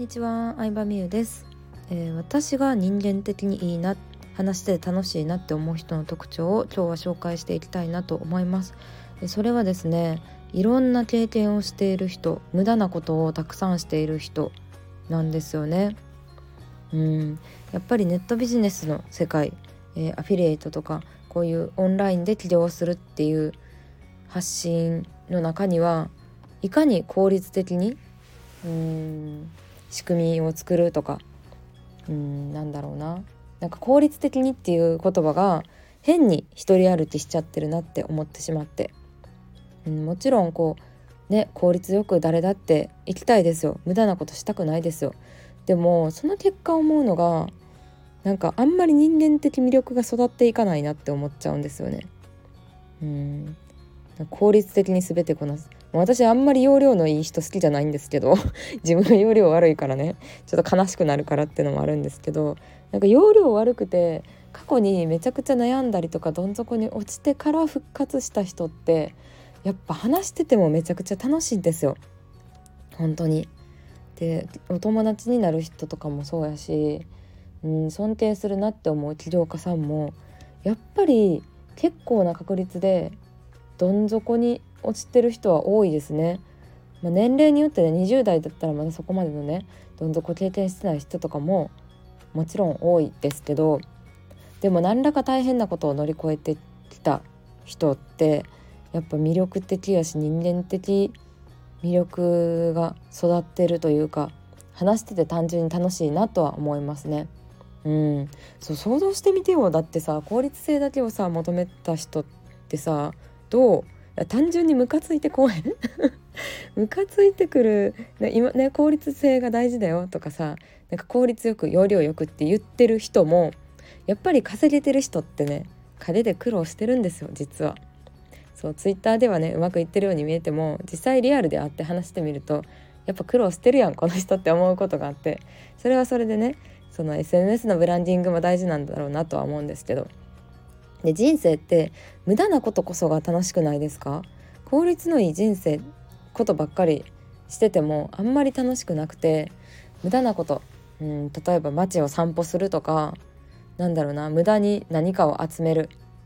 ちは、相葉美優です。私が人間的にいいな、話して楽しいなって思う人の特徴を今日は紹介していきたいなと思います。それはですね、いろんな経験をしている人、無駄なことをたくさんしている人なんですよね。やっぱりネットビジネスの世界、アフィリエイトとかこういうオンラインで起業するっていう発信の中にはいかに効率的に仕組みを作るとか、なんか効率的にっていう言葉が変に一人歩きしちゃってるなって思ってしまって、もちろん効率よく誰だって生きたいですよ。無駄なことしたくないですよ。でもその結果思うのがあんまり人間的魅力が育っていかないなって思っちゃうんですよね。効率的に全てこなす。私あんまり容量のいい人好きじゃないんですけど自分が容量悪いからね、ちょっと悲しくなるからっていうのもあるんですけど、容量悪くて過去にめちゃくちゃ悩んだりとかどん底に落ちてから復活した人ってやっぱ話しててもめちゃくちゃ楽しいんですよ、本当に。で、お友達になる人とかもそうやし、尊敬するなって思う起業家さんもやっぱり結構な確率でどん底に落ちてる人は多いですね。年齢によってね、20代だったらまだそこまでのねどん底経験してない人とかももちろん多いですけど、でも何らか大変なことを乗り越えてきた人ってやっぱ魅力的やし、人間的魅力が育ってるというか、話してて単純に楽しいなとは思いますね。そう想像してみてよ。だってさ、効率性だけをさ求めた人ってさ、どう単純にムカついてこうへんムカついてくる、今ね、効率性が大事だよとかさ、効率よく容量よくって言ってる人もやっぱり稼げてる人ってね、金で苦労してるんですよ、実は。そうツイッターではねうまくいってるように見えても、実際リアルで会って話してみるとやっぱ苦労してるやんこの人って思うことがあって、それはそれでね、その SNS のブランディングも大事なんだろうなとは思うんですけど、で人生って無駄なことこそが楽しくないですか？効率のいい人生ことばっかりしててもあんまり楽しくなくて、無駄なこと、例えば街を散歩するとか、無駄に何かを集める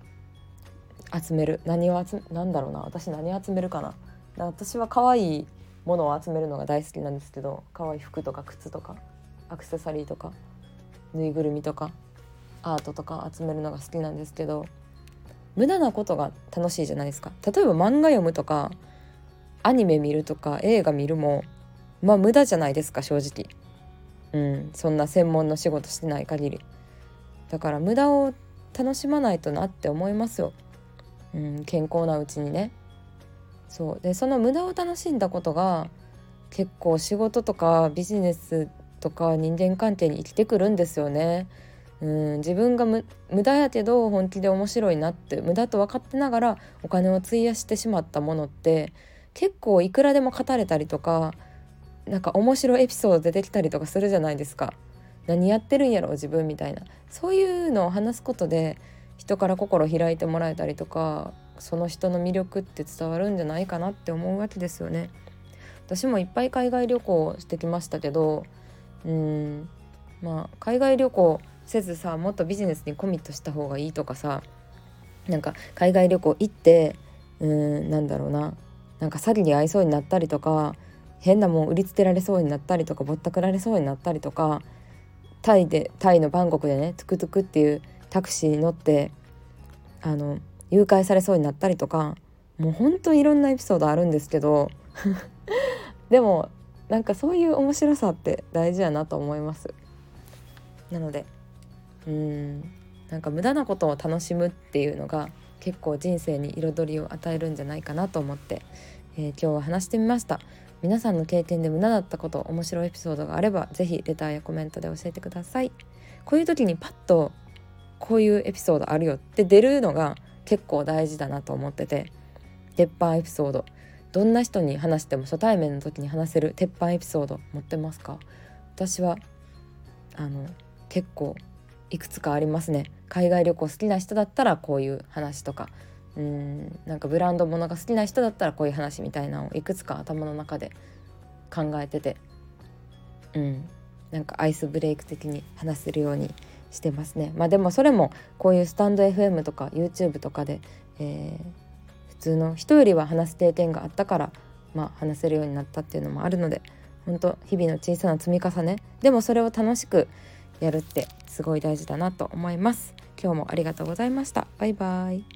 私何集めるかな。私は可愛いものを集めるのが大好きなんですけど、可愛い服とか靴とかアクセサリーとかぬいぐるみとかアートとか集めるのが好きなんですけど、無駄なことが楽しいじゃないですか。例えば漫画読むとかアニメ見るとか映画見るも無駄じゃないですか、正直。そんな専門の仕事してない限り。だから無駄を楽しまないとなって思いますよ。健康なうちにね。そうで、その無駄を楽しんだことが結構仕事とかビジネスとか人間関係に生きてくるんですよね。自分が無駄やけど本気で面白いなって、無駄と分かってながらお金を費やしてしまったものって結構いくらでも語れたりとか、面白いエピソード出てきたりとかするじゃないですか。何やってるんやろ自分みたいな、そういうのを話すことで人から心開いてもらえたりとか、その人の魅力って伝わるんじゃないかなって思うわけですよね。私もいっぱい海外旅行してきましたけど、海外旅行せずさ、もっとビジネスにコミットした方がいいとかさ、海外旅行行って詐欺に遭いそうになったりとか、変なもん売りつけられそうになったりとか、ぼったくられそうになったりとか、タイのバンコクでね、トゥクトゥクっていうタクシーに乗って誘拐されそうになったりとか、もうほんといろんなエピソードあるんですけどでもそういう面白さって大事やなと思います。なので無駄なことを楽しむっていうのが結構人生に彩りを与えるんじゃないかなと思って、今日は話してみました。皆さんの経験で無駄だったこと、面白いエピソードがあればぜひレターやコメントで教えてください。こういう時にパッとこういうエピソードあるよって出るのが結構大事だなと思ってて、鉄板エピソード、どんな人に話しても初対面の時に話せる鉄板エピソード持ってますか？私は結構いくつかありますね。海外旅行好きな人だったらこういう話とか、ブランド物が好きな人だったらこういう話みたいなのをいくつか頭の中で考えてて、 なんかアイスブレイク的に話せるようにしてますね。でもそれもこういうスタンド FM とか YouTube とかで、普通の人よりは話す経験があったから、話せるようになったっていうのもあるので、本当日々の小さな積み重ねでもそれを楽しくやるってすごい大事だなと思います。今日もありがとうございました。バイバイ。